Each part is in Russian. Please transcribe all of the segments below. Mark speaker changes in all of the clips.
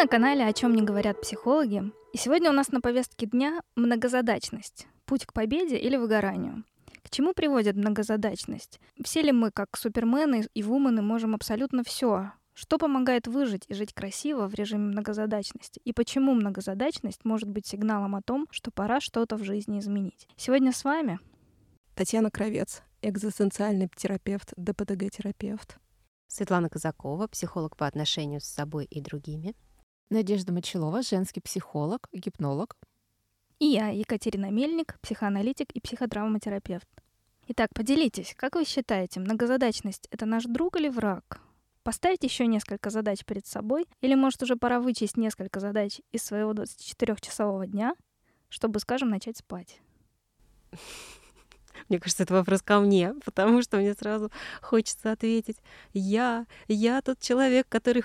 Speaker 1: на канале «О чем не говорят психологи», и сегодня у нас на повестке дня многозадачность. Путь к победе или выгоранию. К чему приводит многозадачность? Все ли мы, как супермены и вумены, можем абсолютно все? Что помогает выжить и жить красиво в режиме многозадачности? И почему многозадачность может быть сигналом о том, что пора что-то в жизни изменить? Сегодня с вами
Speaker 2: Татьяна Кравец, экзистенциальный терапевт, ДПТГ-терапевт.
Speaker 3: Светлана Казакова, психолог по отношению с собой и другими.
Speaker 4: Надежда Мочилова, женский психолог, гипнолог.
Speaker 1: и я, Екатерина Мельник, психоаналитик и психотравматерапевт. Итак, поделитесь, как вы считаете, многозадачность — это наш друг или враг? Поставить еще несколько задач перед собой, или, может, уже пора вычесть несколько задач из своего 24-часового дня, чтобы, скажем, начать спать?
Speaker 3: Мне кажется, это вопрос ко мне, потому что мне сразу хочется ответить. Я тот человек, который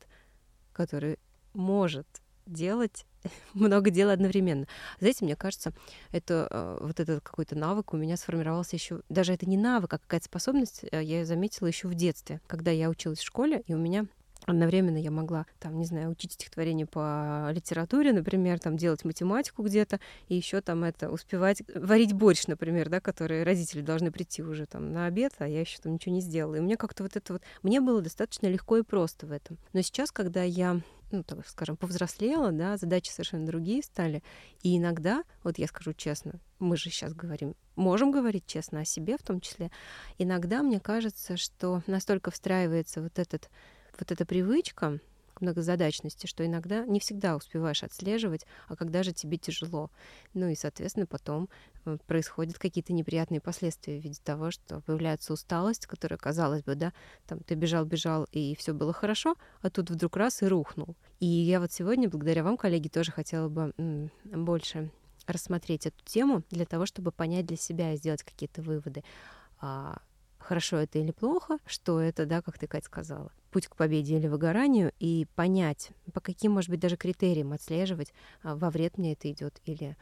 Speaker 3: может делать много дел одновременно. Знаете, мне кажется, это вот этот какой-то навык у меня сформировался еще. Даже это не навык, а какая-то способность. Я ее заметила еще в детстве, когда я училась в школе, и у меня одновременно я могла, там, не знаю, учить стихотворение по литературе, например, там, делать математику где-то, и еще там успевать варить борщ, например, да, который родители должны прийти уже там на обед, а я еще там ничего не сделала. И мне как-то мне было достаточно легко и просто в этом. Но сейчас, когда я, так скажем, повзрослела, да, задачи совершенно другие стали, и иногда, вот я скажу честно, мы же сейчас можем говорить честно о себе в том числе, иногда мне кажется, что настолько встраивается вот эта привычка к многозадачности, что иногда не всегда успеваешь отслеживать, а когда же тебе тяжело. И, соответственно, потом происходят какие-то неприятные последствия в виде того, что появляется усталость, которая, казалось бы, да, там ты бежал, и все было хорошо, а тут вдруг раз и рухнул. И я вот сегодня, благодаря вам, коллеги, тоже хотела бы больше рассмотреть эту тему для того, чтобы понять для себя и сделать какие-то выводы. Хорошо это или плохо, что это, да, как ты, Кать, сказала, путь к победе или выгоранию, и понять, по каким, может быть, даже критериям отслеживать, во вред мне это идет или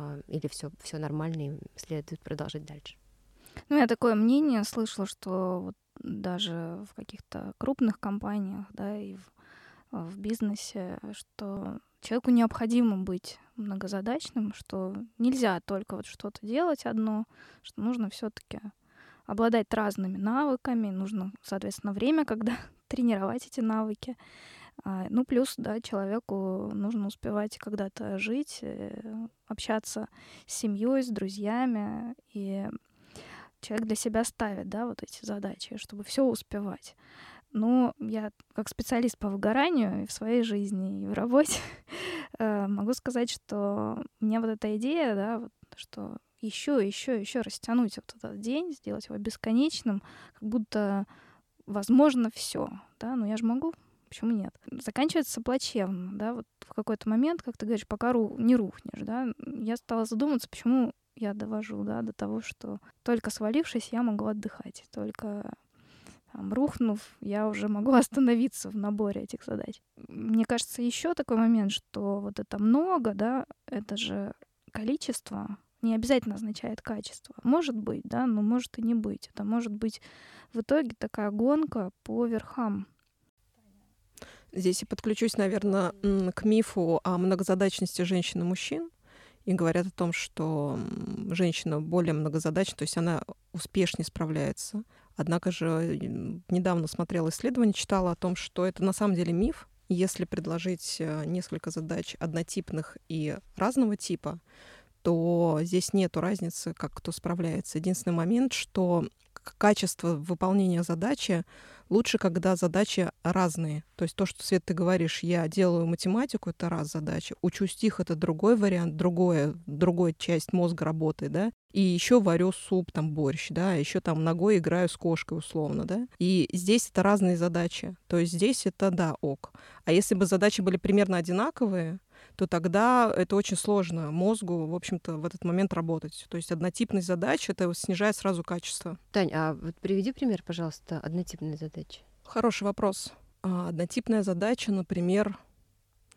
Speaker 3: все нормально и следует продолжить дальше.
Speaker 1: Я такое мнение слышала, что вот даже в каких-то крупных компаниях, да, и в бизнесе, что человеку необходимо быть многозадачным, что нельзя только вот что-то делать одно, что нужно все-таки обладать разными навыками, нужно, соответственно, время, когда тренировать эти навыки. Плюс, да, человеку нужно успевать когда-то жить, общаться с семьей, с друзьями, и человек для себя ставит, да, вот эти задачи, чтобы все успевать. Но я как специалист по выгоранию и в своей жизни, и в работе могу сказать, что у меня вот эта идея, да, вот, что еще растянуть вот этот день, сделать его бесконечным, как будто возможно все, да, но я же могу, почему нет? Заканчивается плачевно, да, вот в какой-то момент, как ты говоришь, пока не рухнешь, да, я стала задумываться, почему я довожу, да, до того, что только свалившись, я могу отдыхать, только рухнув, я уже могу остановиться в наборе этих задач. Мне кажется, еще такой момент, что вот это много, да, это же количество не обязательно означает качество. Может быть, да, но может и не быть. Это может быть в итоге такая гонка по верхам.
Speaker 2: Здесь я подключусь, наверное, к мифу о многозадачности женщин и мужчин. И говорят о том, что женщина более многозадачна, то есть она успешнее справляется. Однако же недавно смотрела исследование, читала о том, что это на самом деле миф. Если предложить несколько задач однотипных и разного типа, то здесь нету разницы, как кто справляется. Единственный момент, что качество выполнения задачи лучше, когда задачи разные. То есть то, что, Свет, ты говоришь, я делаю математику, это раз задача, учу стих, это другой вариант, другая часть мозга работает, да, и еще варю суп, там, борщ, да, еще там ногой играю с кошкой условно, да. И здесь это разные задачи. То есть здесь это, да, ок. А если бы задачи были примерно одинаковые, то тогда это очень сложно мозгу, в общем-то, в этот момент работать. То есть однотипность задач — это снижает сразу качество.
Speaker 3: Тань, а вот приведи пример, пожалуйста, однотипной задачи.
Speaker 2: Хороший вопрос. Однотипная задача, например,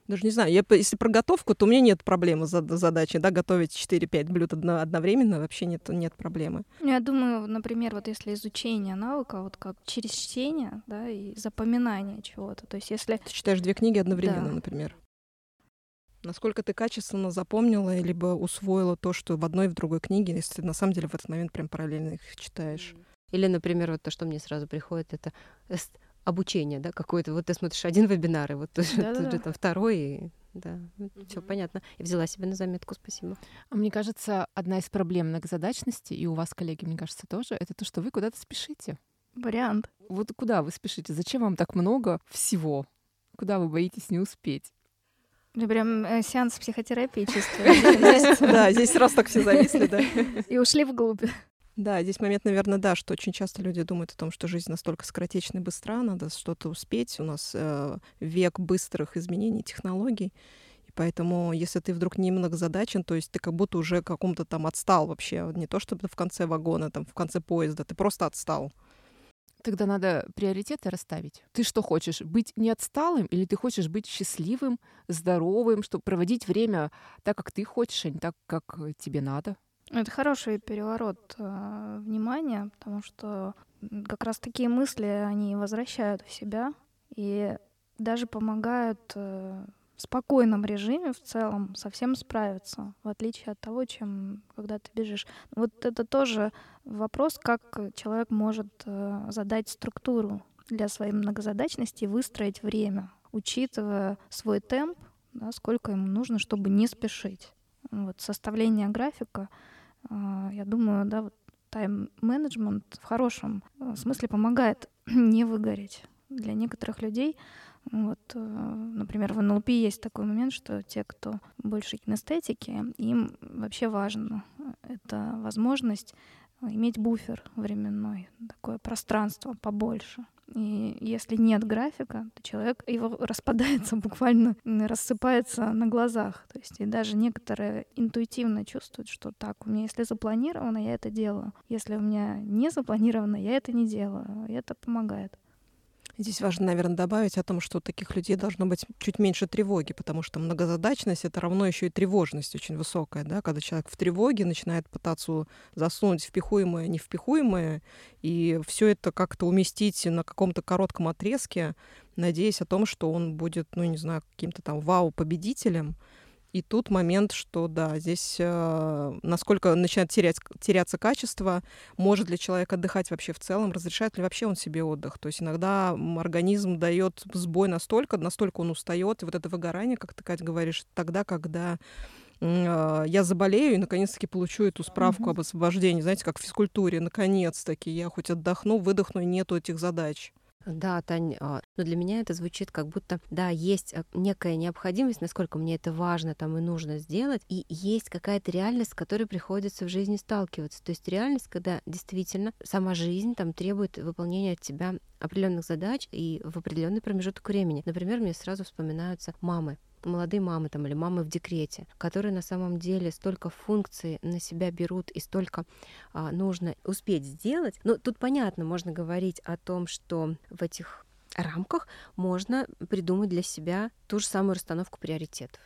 Speaker 2: Даже не знаю, если про готовку, то у меня нет проблемы с задачей, да, готовить 4-5 блюд одновременно, вообще нет проблемы.
Speaker 1: Я думаю, например, вот если изучение навыка, вот как через чтение, да, и запоминание чего-то, то есть если...
Speaker 2: Ты читаешь 2 книги одновременно,
Speaker 1: Да.
Speaker 2: например. Насколько ты качественно запомнила либо усвоила то, что в одной и в другой книге, если ты на самом деле в этот момент прям параллельно их читаешь.
Speaker 3: Или, например, вот то, что мне сразу приходит, это обучение, да, какое-то. Вот ты смотришь один вебинар, и вот тут же там второй, и да, все понятно. Я взяла себе на заметку, спасибо.
Speaker 4: Мне кажется, одна из проблем многозадачности, и у вас, коллеги, мне кажется, тоже, это то, что вы куда-то спешите.
Speaker 1: Вариант.
Speaker 4: Вот куда вы спешите? Зачем вам так много всего? Куда вы боитесь не успеть?
Speaker 1: Я прям сеанс психотерапии чувствую.
Speaker 2: Да, здесь раз так все зависли, да.
Speaker 1: И ушли вглубь.
Speaker 2: Да, здесь момент, наверное, да, что очень часто люди думают о том, что жизнь настолько скоротечна и быстра, надо что-то успеть. У нас век быстрых изменений технологий. И поэтому, если ты вдруг не многозадачен, то есть ты как будто уже каком-то там отстал вообще. Не то, чтобы в конце вагона, там, в конце поезда, ты просто отстал.
Speaker 4: Тогда надо приоритеты расставить. Ты что хочешь? Быть не отсталым или ты хочешь быть счастливым, здоровым, чтобы проводить время так, как ты хочешь, а не так, как тебе надо?
Speaker 1: Это хороший переворот внимания, потому что как раз такие мысли, они возвращают в себя и даже помогают в спокойном режиме в целом совсем справиться, в отличие от того, чем когда ты бежишь. Вот это тоже вопрос, как человек может задать структуру для своей многозадачности и выстроить время, учитывая свой темп, да, сколько ему нужно, чтобы не спешить. Вот составление графика, я думаю, да, вот тайм-менеджмент в хорошем смысле помогает не выгореть. Для некоторых людей, вот, например, в НЛП есть такой момент, что те, кто больше кинестетики, им вообще важно это возможность иметь буфер временной, такое пространство побольше. И если нет графика, то человек его распадается буквально, рассыпается на глазах. То есть и даже некоторые интуитивно чувствуют, что так, у меня если запланировано, я это делаю. Если у меня не запланировано, я это не делаю. И это помогает.
Speaker 2: Здесь важно, наверное, добавить о том, что у таких людей должно быть чуть меньше тревоги, потому что многозадачность — это равно еще и тревожность очень высокая, да, когда человек в тревоге начинает пытаться засунуть впихуемое, невпихуемое, и все это как-то уместить на каком-то коротком отрезке, надеясь о том, что он будет, ну, не знаю, каким-то там вау-победителем. И тут момент, что да, здесь насколько начинает теряться качество, может ли человек отдыхать вообще в целом, разрешает ли вообще он себе отдых. То есть иногда организм дает сбой настолько он устает, и вот это выгорание, как ты, Кать, говоришь, тогда, когда я заболею и наконец-таки получу эту справку об освобождении, знаете, как в физкультуре, наконец-таки я хоть отдохну, выдохну, и нету этих задач.
Speaker 3: Да, Тань, но для меня это звучит как будто, да, есть некая необходимость, насколько мне это важно там и нужно сделать, и есть какая-то реальность, с которой приходится в жизни сталкиваться. То есть реальность, когда действительно сама жизнь там требует выполнения от тебя определенных задач и в определенный промежуток времени. Например, мне сразу вспоминаются мамы, молодые мамы там, или мамы в декрете, которые на самом деле столько функций на себя берут и столько нужно успеть сделать. Но тут понятно, можно говорить о том, что в этих рамках можно придумать для себя ту же самую расстановку приоритетов.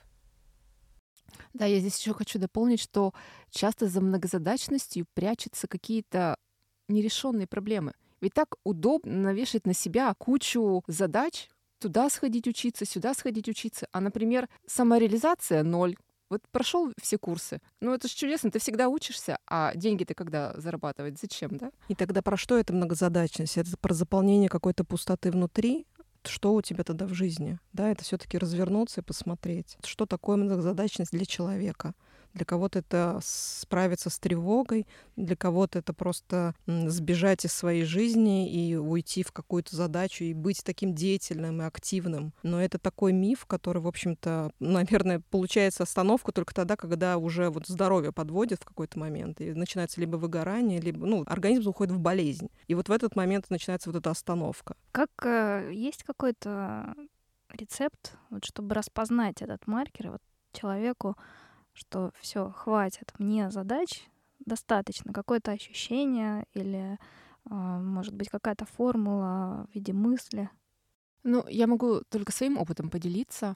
Speaker 4: Да, я здесь еще хочу дополнить, что часто за многозадачностью прячутся какие-то нерешенные проблемы. Ведь так удобно навешать на себя кучу задач, туда сходить учиться, сюда сходить учиться. А, например, самореализация — 0. Вот прошел все курсы. Ну, это же чудесно, ты всегда учишься, а деньги-то когда зарабатывать? Зачем, да?
Speaker 2: И тогда про что это многозадачность? Это про заполнение какой-то пустоты внутри? Что у тебя тогда в жизни? Да, это все-таки развернуться и посмотреть, что такое многозадачность для человека. Для кого-то это справиться с тревогой, для кого-то это просто сбежать из своей жизни и уйти в какую-то задачу и быть таким деятельным и активным. Но это такой миф, который, в общем-то, наверное, получается остановку только тогда, когда уже вот здоровье подводит в какой-то момент, и начинается либо выгорание, либо, ну, организм уходит в болезнь. И вот в этот момент начинается вот эта остановка.
Speaker 1: Как есть какой-то рецепт, вот, чтобы распознать этот маркер вот, человеку, что все, хватит мне задач, достаточно, какое-то ощущение или, может быть, какая-то формула в виде мысли?
Speaker 4: Ну, я могу только своим опытом поделиться.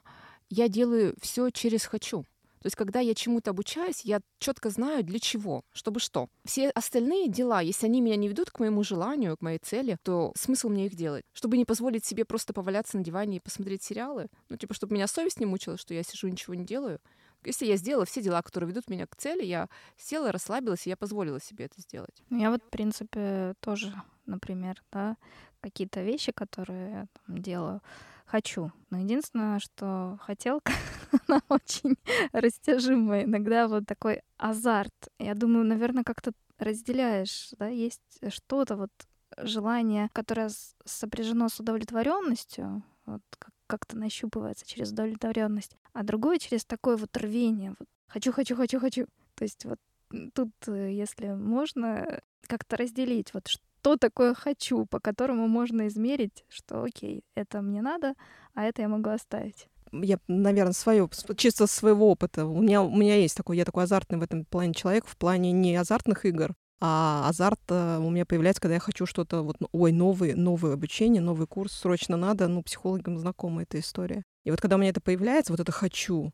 Speaker 4: я делаю все через «хочу». То есть, когда я чему-то обучаюсь, я четко знаю, для чего, чтобы что. Все остальные дела, если они меня не ведут к моему желанию, к моей цели, то смысл мне их делать? Чтобы не позволить себе просто поваляться на диване и посмотреть сериалы? Ну, типа, чтобы меня совесть не мучила, что я сижу и ничего не делаю? Если я сделала все дела, которые ведут меня к цели, я села, расслабилась, и я позволила себе это сделать.
Speaker 1: Ну, я вот, в принципе, тоже, например, да, какие-то вещи, которые я там делаю, хочу. Но единственное, что хотелка, она очень растяжимая. Иногда вот такой азарт. Я думаю, наверное, как-то разделяешь, да, есть что-то вот желание, которое сопряжено с удовлетворенностью, вот как-то нащупывается через удовлетворенность, а другое через такое вот рвение. Вот хочу, хочу, хочу, хочу. То есть вот тут, если можно, как-то разделить, вот что такое хочу, по которому можно измерить, что окей, это мне надо, а это я могу оставить.
Speaker 2: Я, наверное, чисто своего опыта. У меня есть такой, я такой азартный в этом плане человек, в плане не азартных игр, а азарт у меня появляется, когда я хочу что-то, вот, новое обучение, новый курс, срочно надо, психологам знакома эта история. И вот когда у меня это появляется, вот это «хочу»,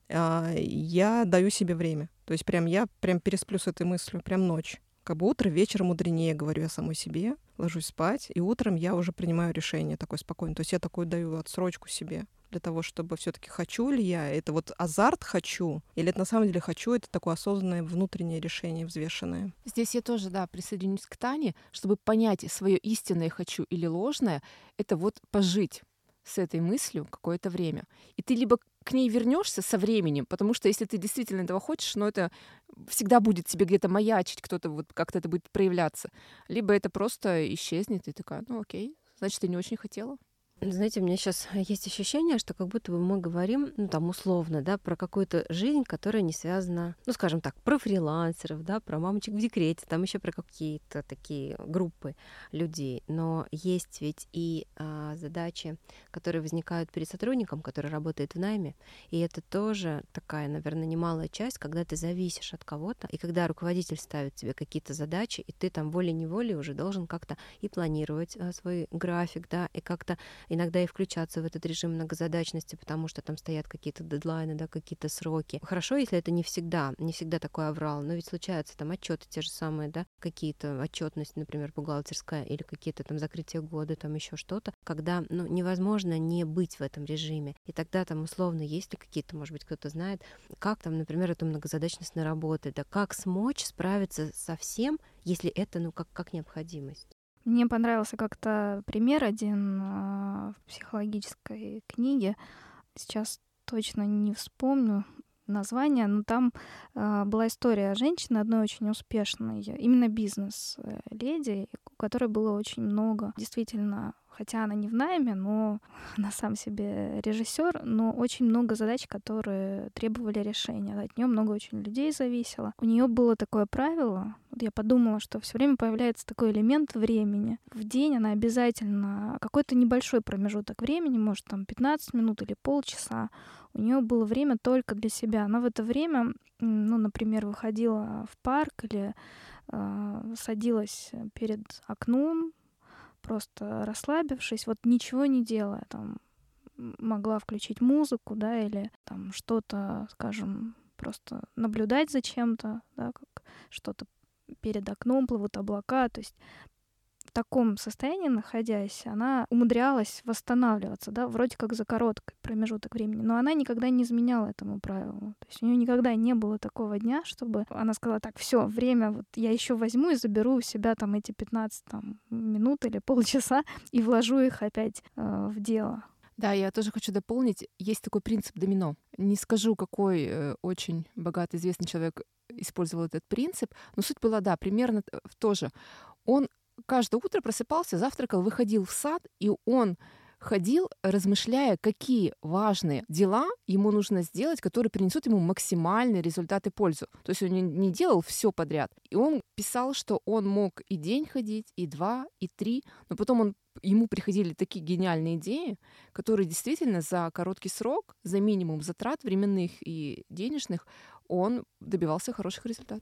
Speaker 2: я даю себе время. То есть я пересплю с этой мыслью, прям ночь. Как бы утро, вечер мудренее, говорю я самой себе, ложусь спать, и утром я уже принимаю решение такое спокойно. То есть я такую даю отсрочку себе для того, чтобы все-таки хочу ли я, это вот азарт хочу, или это на самом деле хочу, это такое осознанное внутреннее решение, взвешенное.
Speaker 4: Здесь я тоже, да, присоединюсь к Тане, чтобы понять свое истинное «хочу» или ложное, это вот пожить с этой мыслью какое-то время. И ты либо к ней вернешься со временем, потому что если ты действительно этого хочешь, но это всегда будет тебе где-то маячить, кто-то вот как-то это будет проявляться, либо это просто исчезнет, и ты такая, ну окей, значит, ты не очень хотела.
Speaker 3: Знаете, у меня сейчас есть ощущение, что как будто бы мы говорим, там условно, да, про какую-то жизнь, которая не связана, скажем так, про фрилансеров, да, про мамочек в декрете, там еще про какие-то такие группы людей. Но есть ведь и задачи, которые возникают перед сотрудником, который работает в найме, и это тоже такая, наверное, немалая часть, когда ты зависишь от кого-то, и когда руководитель ставит тебе какие-то задачи, и ты там волей-неволей уже должен как-то и планировать свой график, да, и как-то иногда и включаться в этот режим многозадачности, потому что там стоят какие-то дедлайны, да, какие-то сроки. Хорошо, если это не всегда такой аврал, но ведь случаются там отчеты те же самые, да, какие-то отчетности, например, бухгалтерская, или какие-то там закрытия года, там еще что-то, когда, невозможно не быть в этом режиме. И тогда там условно есть ли какие-то, может быть, кто-то знает, как там, например, эту многозадачность наработать, да, как смочь справиться со всем, если это, как необходимость.
Speaker 1: Мне понравился как-то пример один в психологической книге. Сейчас точно не вспомню название, но там была история женщины, одной очень успешной, именно бизнес-леди, у которой было очень много, действительно, хотя она не в найме, но она сам себе режиссер, но очень много задач, которые требовали решения. От нее много очень людей зависело. У нее было такое правило, вот я подумала, что все время появляется такой элемент времени. В день она обязательно какой-то небольшой промежуток времени, может там 15 минут или полчаса, у нее было время только для себя. Она в это время, например, выходила в парк или садилась перед окном, просто расслабившись, вот ничего не делая, там могла включить музыку, да, или там что-то, скажем, просто наблюдать за чем-то, да, как что-то перед окном плывут облака, то есть в таком состоянии, находясь, она умудрялась восстанавливаться, да, вроде как за короткий промежуток времени, но она никогда не изменяла этому правилу. То есть у нее никогда не было такого дня, чтобы она сказала, так, все, время, вот я еще возьму и заберу у себя там эти 15 минут или полчаса и вложу их опять в дело.
Speaker 4: Да, я тоже хочу дополнить. Есть такой принцип домино. Не скажу, какой очень богатый, известный человек использовал этот принцип, но суть была, да, примерно тоже. Он каждое утро просыпался, завтракал, выходил в сад, и он ходил, размышляя, какие важные дела ему нужно сделать, которые принесут ему максимальный результат и пользу. То есть он не делал все подряд. И он писал, что он мог и день ходить, и 2, и 3, но потом ему приходили такие гениальные идеи, которые действительно за короткий срок, за минимум затрат временных и денежных, он добивался хороших результатов.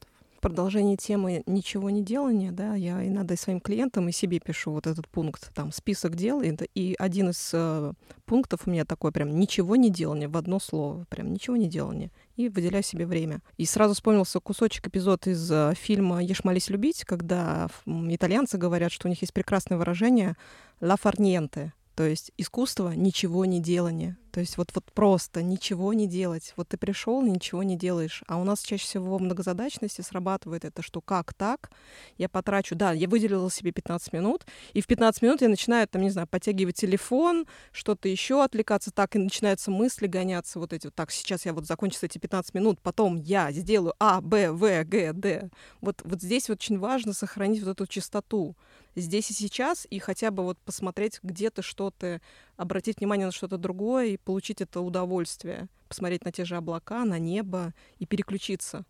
Speaker 2: продолжении темы ничего не делания, да, я иногда и своим клиентам, и себе пишу вот этот пункт, там, список дел, и один из пунктов у меня такой прям ничего не делания, в одно слово, прям ничего не делания, и выделяю себе время. И сразу вспомнился кусочек, эпизод из фильма «Ешь, молись, любить», когда итальянцы говорят, что у них есть прекрасное выражение «la far niente», то есть искусство ничего не делания. То есть вот просто ничего не делать. Вот ты пришел, ничего не делаешь. А у нас чаще всего в многозадачности срабатывает это, что как так? Я потрачу, да, я выделила себе 15 минут, и в 15 минут я начинаю, там, не знаю, подтягивать телефон, что-то еще отвлекаться, так, и начинаются мысли гоняться вот эти вот, так, сейчас я вот закончу эти 15 минут, потом я сделаю А, Б, В, Г, Д. Вот здесь вот очень важно сохранить вот эту чистоту здесь и сейчас, и хотя бы вот посмотреть где-то что-то, обратить внимание на что-то другое и получить это удовольствие, посмотреть на те же облака, на небо и переключиться.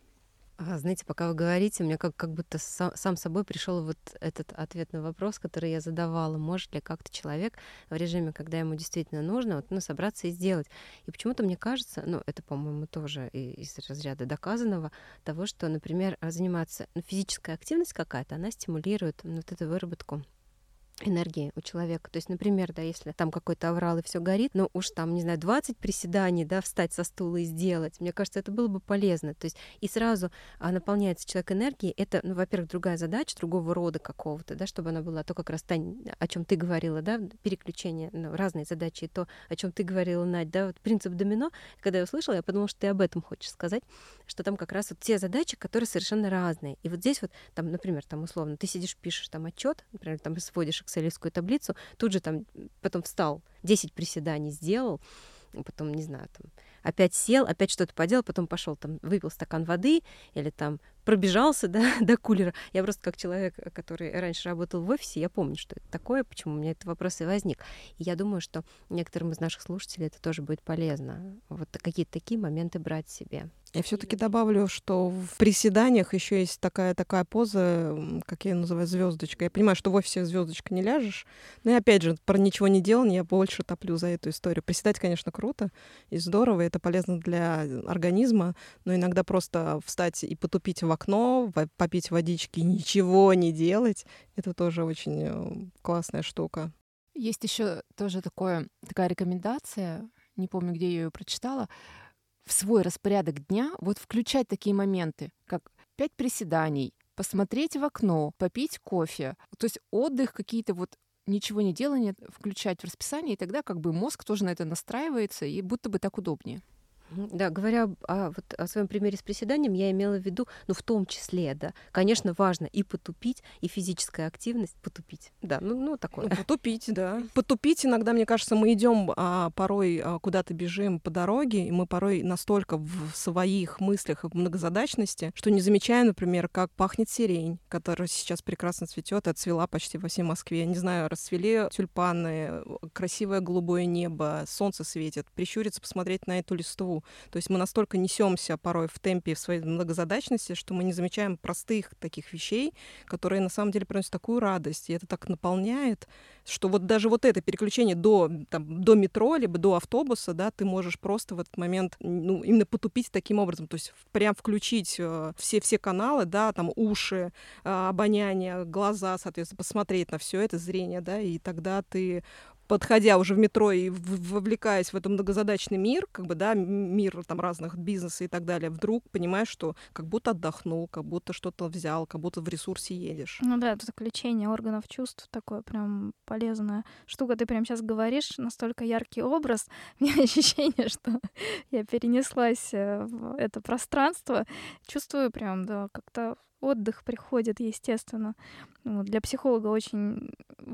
Speaker 3: Знаете, пока вы говорите, у меня как будто сам собой пришел вот этот ответ на вопрос, который я задавала. Может ли как-то человек в режиме, когда ему действительно нужно, вот, собраться и сделать? И почему-то мне кажется, это, по-моему, тоже из разряда доказанного, того, что, например, заниматься физическая активность какая-то, она стимулирует вот эту выработку энергии у человека. То есть, например, да, если там какой-то аврал и все горит, уж там, не знаю, 20 приседаний, да, встать со стула и сделать, мне кажется, это было бы полезно. То есть и сразу наполняется человек энергией. Это, во-первых, другая задача, другого рода какого-то, да, чтобы она была то как раз, Тань, о чем ты говорила, да, переключение, разные задачи, и то, о чем ты говорила, Надь, да, вот принцип домино, когда я услышала, я подумала, что ты об этом хочешь сказать, что там как раз вот те задачи, которые совершенно разные. И вот здесь вот, там, например, там условно, ты сидишь, пишешь там отчет, например, там сводишь экселевскую таблицу, тут же там потом встал, 10 приседаний сделал, потом, не знаю, там, опять сел, опять что-то поделал, потом пошел там, выпил стакан воды или там пробежался, да, до кулера. Я просто как человек, который раньше работал в офисе, я помню, что это такое, почему у меня этот вопрос и возник. И я думаю, что некоторым из наших слушателей это тоже будет полезно. Вот какие-то такие моменты брать себе.
Speaker 2: Я все-таки добавлю, что в приседаниях еще есть такая поза, как я ее называю, звездочка. Я понимаю, что в офисе звездочка не ляжешь. Но и опять же, про ничего не делание я больше топлю за эту историю. Приседать, конечно, круто и здорово, и это полезно для организма, но иногда просто встать и потупить в окно, попить водички, ничего не делать, это тоже очень классная штука.
Speaker 4: Есть еще тоже такая рекомендация, не помню, где я ее прочитала, в свой распорядок дня вот включать такие моменты, как 5 приседаний, посмотреть в окно, попить кофе. То есть отдых, какие-то вот ничего не делание включать в расписание, и тогда как бы мозг тоже на это настраивается, и будто бы так удобнее.
Speaker 3: Да, говоря о своем примере с приседанием, я имела в виду, в том числе, да, конечно, важно и потупить, и физическая активность потупить. Да, такое.
Speaker 2: Потупить, да. Потупить иногда, мне кажется, мы идем порой куда-то бежим по дороге, и мы порой настолько в своих мыслях и в многозадачности, что не замечаем, например, как пахнет сирень, которая сейчас прекрасно цветет, отцвела почти во всей Москве. Я не знаю, расцвели тюльпаны, красивое голубое небо, солнце светит. Прищуриться, посмотреть на эту листву. То есть мы настолько несемся порой в темпе в своей многозадачности, что мы не замечаем простых таких вещей, которые на самом деле приносят такую радость, и это так наполняет, что вот даже вот это переключение до метро, либо до автобуса, да, ты можешь просто в этот момент именно потупить таким образом, то есть прям включить все каналы, да, там уши, обоняние, глаза, соответственно, посмотреть на все это зрение, да, и тогда ты, подходя уже в метро и вовлекаясь в этот многозадачный мир, как бы, да, мир там разных бизнесов и так далее, вдруг понимаешь, что как будто отдохнул, как будто что-то взял, как будто в ресурсе едешь.
Speaker 1: Это включение органов чувств, такое прям полезная штука. Ты прям сейчас говоришь, настолько яркий образ, у меня ощущение, что я перенеслась в это пространство, чувствую прям, да, как-то отдых приходит, естественно. Для психолога очень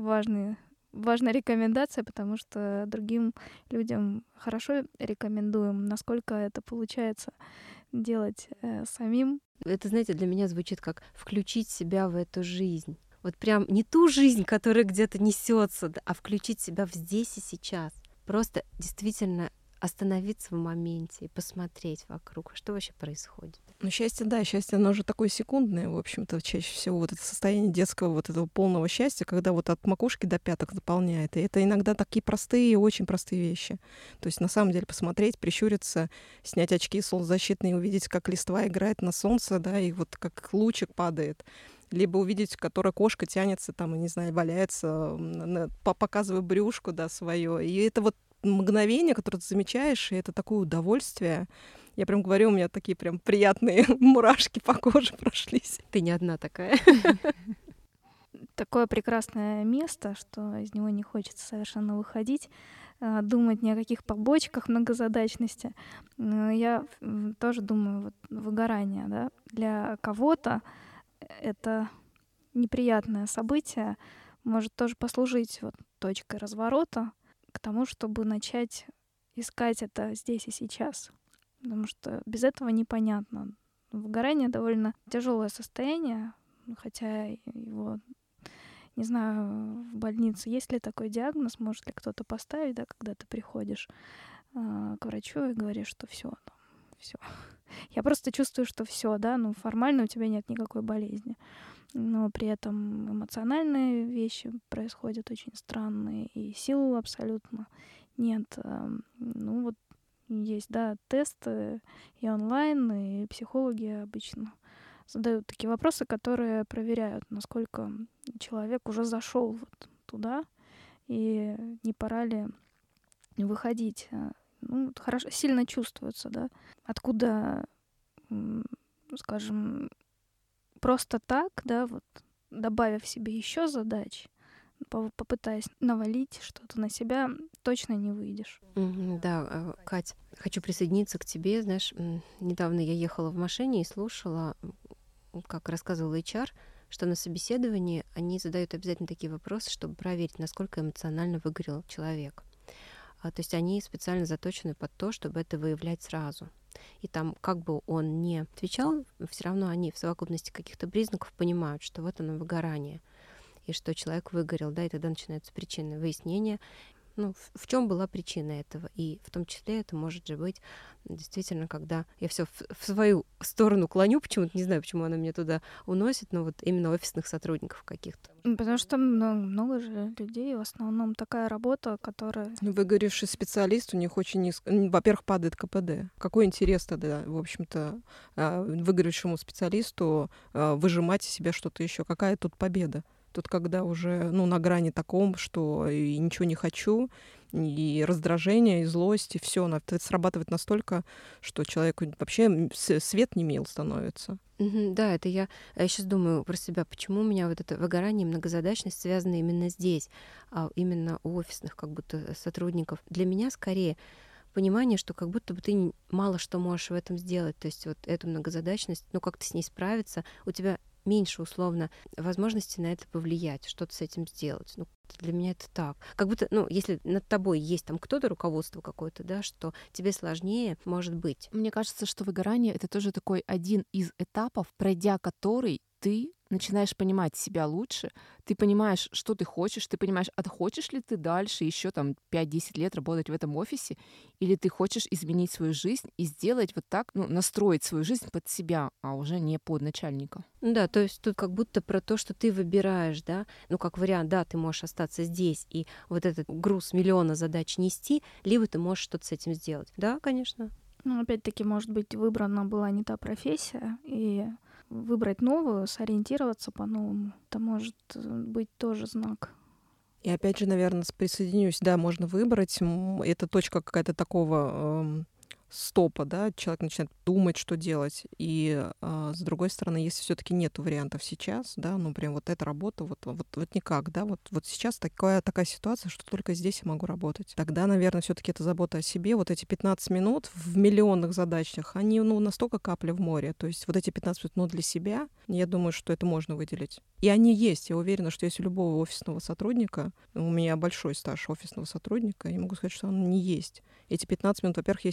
Speaker 1: важная рекомендация, потому что другим людям хорошо рекомендуем, насколько это получается делать самим.
Speaker 3: Это, знаете, для меня звучит как включить себя в эту жизнь. Вот прям не ту жизнь, которая где-то несется, а включить себя в здесь и сейчас. Просто действительно остановиться в моменте и посмотреть вокруг, что вообще происходит.
Speaker 2: Ну, счастье, да, счастье, оно же такое секундное, в общем-то, чаще всего вот это состояние детского вот этого полного счастья, когда вот от макушки до пяток заполняет. И это иногда такие простые, очень простые вещи. То есть на самом деле посмотреть, прищуриться, снять очки солнцезащитные, увидеть, как листва играет на солнце, да, и вот как лучик падает. Либо увидеть, которая кошка тянется там, и, не знаю, валяется, показывая брюшку, да, свое. И это вот мгновение, которое ты замечаешь, и это такое удовольствие. Я прям говорю, у меня такие прям приятные мурашки по коже прошлись.
Speaker 3: Ты не одна такая.
Speaker 1: Такое прекрасное место, что из него не хочется совершенно выходить, думать ни о каких побочках многозадачности. Но я тоже думаю, вот выгорание, да, для кого-то это неприятное событие может тоже послужить вот точкой разворота к тому, чтобы начать искать это здесь и сейчас. Потому что без этого непонятно. Выгорание довольно тяжелое состояние, хотя его, не знаю, в больнице есть ли такой диагноз, может ли кто-то поставить, да, когда ты приходишь к врачу и говоришь, что все. Я просто чувствую, что все, да, ну формально у тебя нет никакой болезни. Но при этом эмоциональные вещи происходят очень странные, и сил абсолютно нет. Ну вот есть, да, тесты и онлайн, и психологи обычно задают такие вопросы, которые проверяют, насколько человек уже зашел вот туда, и не пора ли выходить. Ну, хорошо, сильно чувствуется, да, откуда, скажем, просто так, да, вот добавив себе еще задач, попытаясь навалить что-то на себя, точно не выйдешь.
Speaker 3: Да, Кать, хочу присоединиться к тебе. Знаешь, недавно я ехала в машине и слушала, как рассказывал HR, что на собеседовании они задают обязательно такие вопросы, чтобы проверить, насколько эмоционально выгорел человек. То есть они специально заточены под то, чтобы это выявлять сразу. И там, как бы он ни отвечал, все равно они в совокупности каких-то признаков понимают, что вот оно выгорание, и что человек выгорел, да, и тогда начинаются причины выяснения, ну, в чем была причина этого. И в том числе это может же быть действительно, когда я все в свою сторону клоню, почему-то не знаю, почему она меня туда уносит, но вот именно офисных сотрудников каких-то.
Speaker 1: Потому что много же людей, в основном такая работа, которая...
Speaker 2: Выгоревший специалист, у них очень низко... Во-первых, падает КПД. Какой интерес тогда, в общем-то, выгоревшему специалисту выжимать из себя что-то еще? Какая тут победа? Тут когда уже на грани таком, что и ничего не хочу, и раздражение, и злость, и все, это срабатывает настолько, что человеку вообще свет не мил становится.
Speaker 3: Да, это я сейчас думаю про себя, почему у меня вот это выгорание и многозадачность связаны именно здесь, именно у офисных как будто сотрудников. Для меня скорее понимание, что как будто бы ты мало что можешь в этом сделать. То есть вот эту многозадачность, как-то с ней справиться, у тебя меньше, условно, возможности на это повлиять, что-то с этим сделать. Для меня это так. Как будто, если над тобой есть там кто-то, руководство какое-то, да, что тебе сложнее, может быть.
Speaker 4: Мне кажется, что выгорание — это тоже такой один из этапов, пройдя который ты начинаешь понимать себя лучше, ты понимаешь, что ты хочешь, ты понимаешь, хочешь ли ты дальше еще там 5-10 лет работать в этом офисе, или ты хочешь изменить свою жизнь и сделать вот так, настроить свою жизнь под себя, а уже не под начальника.
Speaker 3: Да, то есть тут как будто про то, что ты выбираешь, да, как вариант, да, ты можешь остаться здесь и вот этот груз миллиона задач нести, либо ты можешь что-то с этим сделать. Да, конечно.
Speaker 1: Опять-таки, может быть, выбрана была не та профессия, и выбрать новую, сориентироваться по-новому, это может быть тоже знак.
Speaker 2: И опять же, наверное, присоединюсь, да, можно выбрать. Это точка какая-то такого стопа, да, человек начинает думать, что делать. И с другой стороны, если все-таки нет вариантов сейчас, да, прям вот эта работа, вот никак, да, вот сейчас такая ситуация, что только здесь я могу работать. Тогда, наверное, все-таки это забота о себе. Вот эти 15 минут в миллионных задачах, они, настолько капля в море. То есть вот эти 15 минут для себя, я думаю, что это можно выделить. И они есть. Я уверена, что если у любого офисного сотрудника, у меня большой стаж офисного сотрудника, я могу сказать, что он не есть. Эти 15 минут, во-первых, есть часовой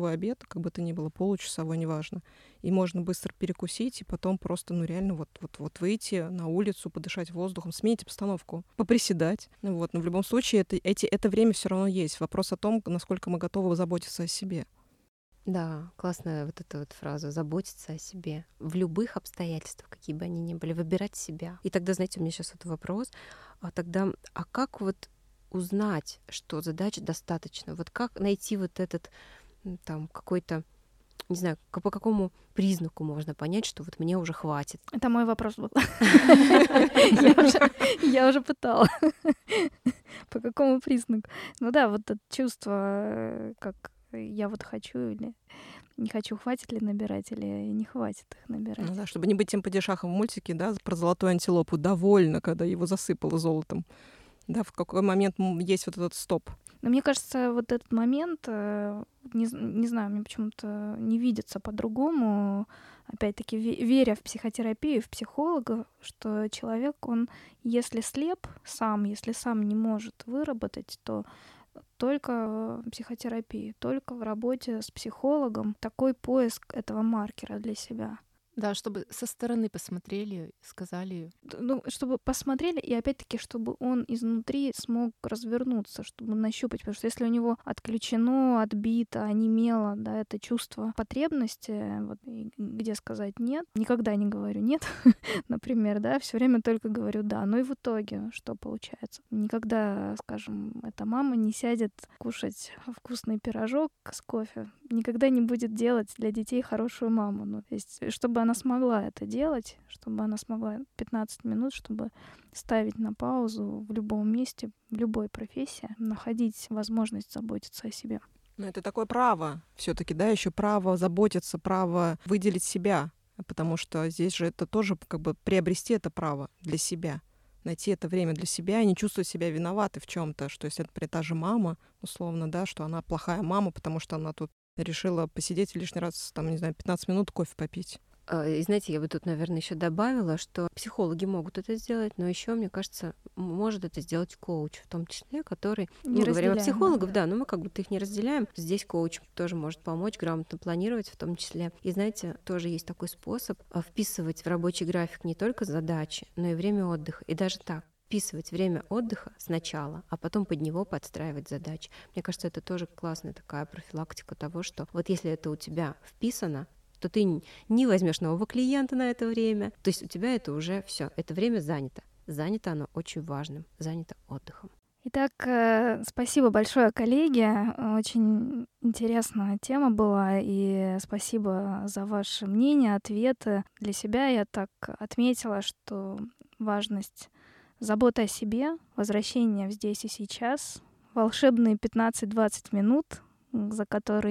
Speaker 2: свой обед, как бы то ни было, получасовой, неважно. И можно быстро перекусить, и потом просто, реально вот выйти на улицу, подышать воздухом, сменить обстановку, поприседать. Вот. Но в любом случае это время все равно есть. Вопрос о том, насколько мы готовы заботиться о себе.
Speaker 3: Да, классная вот эта вот фраза «заботиться о себе» в любых обстоятельствах, какие бы они ни были, выбирать себя. И тогда, знаете, у меня сейчас вот вопрос, а как вот узнать, что задач достаточно? Вот как найти вот этот там какой-то, не знаю, по какому признаку можно понять, что вот мне уже хватит?
Speaker 1: Это мой вопрос был. Я уже пытала. По какому признаку? Ну да, вот это чувство, как я вот хочу или не хочу, хватит ли набирать, или не хватит их набирать.
Speaker 2: Ну да, чтобы не быть тем падишахом в мультике, да, про золотую антилопу, довольно, когда его засыпало золотом. Да, в какой момент есть вот этот стоп.
Speaker 1: Но мне кажется, вот этот момент, не знаю, мне почему-то не видится по-другому, опять-таки веря в психотерапию, в психолога, что человек, он, если слеп сам, если сам не может выработать, то только в психотерапии, только в работе с психологом такой поиск этого маркера для себя.
Speaker 4: Да, чтобы со стороны посмотрели, сказали.
Speaker 1: Ну, чтобы посмотрели, и опять-таки, чтобы он изнутри смог развернуться, чтобы нащупать. Потому что если у него отключено, отбито, онемело, да, это чувство потребности, вот, где сказать нет, никогда не говорю нет, например, да, все время только говорю да. Ну и в итоге что получается? Никогда, скажем, эта мама не сядет кушать вкусный пирожок с кофе, никогда не будет делать для детей хорошую маму. Ну, то есть, чтобы она смогла это делать, чтобы она смогла 15 минут, чтобы ставить на паузу в любом месте, в любой профессии, находить возможность заботиться о себе.
Speaker 2: Но это такое право все-таки, да, еще право заботиться, право выделить себя, потому что здесь же это тоже как бы приобрести это право для себя, найти это время для себя и не чувствовать себя виноватой в чем-то, что если это та же мама, условно, да, что она плохая мама, потому что она тут решила посидеть и лишний раз, там, не знаю, 15 минут кофе попить.
Speaker 3: И знаете, я бы тут, наверное, еще добавила, что психологи могут это сделать, но еще, мне кажется, может это сделать коуч, в том числе, который, мы говорим о психологах, да, но мы как будто их не разделяем. Здесь коуч тоже может помочь грамотно планировать в том числе. И знаете, тоже есть такой способ вписывать в рабочий график не только задачи, но и время отдыха. И даже так, вписывать время отдыха сначала, а потом под него подстраивать задачи. Мне кажется, это тоже классная такая профилактика того, что вот если это у тебя вписано, то ты не возьмешь нового клиента на это время. То есть у тебя это уже все, это время занято. Занято оно очень важным, занято отдыхом.
Speaker 1: Итак, спасибо большое, коллеги. Очень интересная тема была, и спасибо за ваше мнение, ответы. Для себя я так отметила, что важность заботы о себе, возвращение в здесь и сейчас, волшебные 15-20 минут, за которые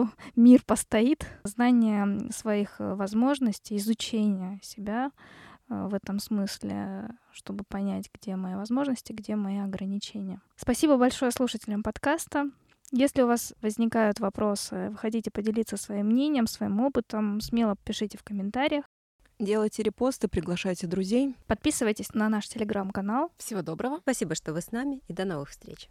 Speaker 1: мир постоит, знание своих возможностей, изучение себя в этом смысле, чтобы понять, где мои возможности, где мои ограничения. Спасибо большое слушателям подкаста. Если у вас возникают вопросы, вы хотите поделиться своим мнением, своим опытом, смело пишите в комментариях.
Speaker 2: Делайте репосты, приглашайте друзей.
Speaker 1: Подписывайтесь на наш телеграм-канал.
Speaker 4: Всего доброго.
Speaker 3: Спасибо, что вы с нами, и до новых встреч.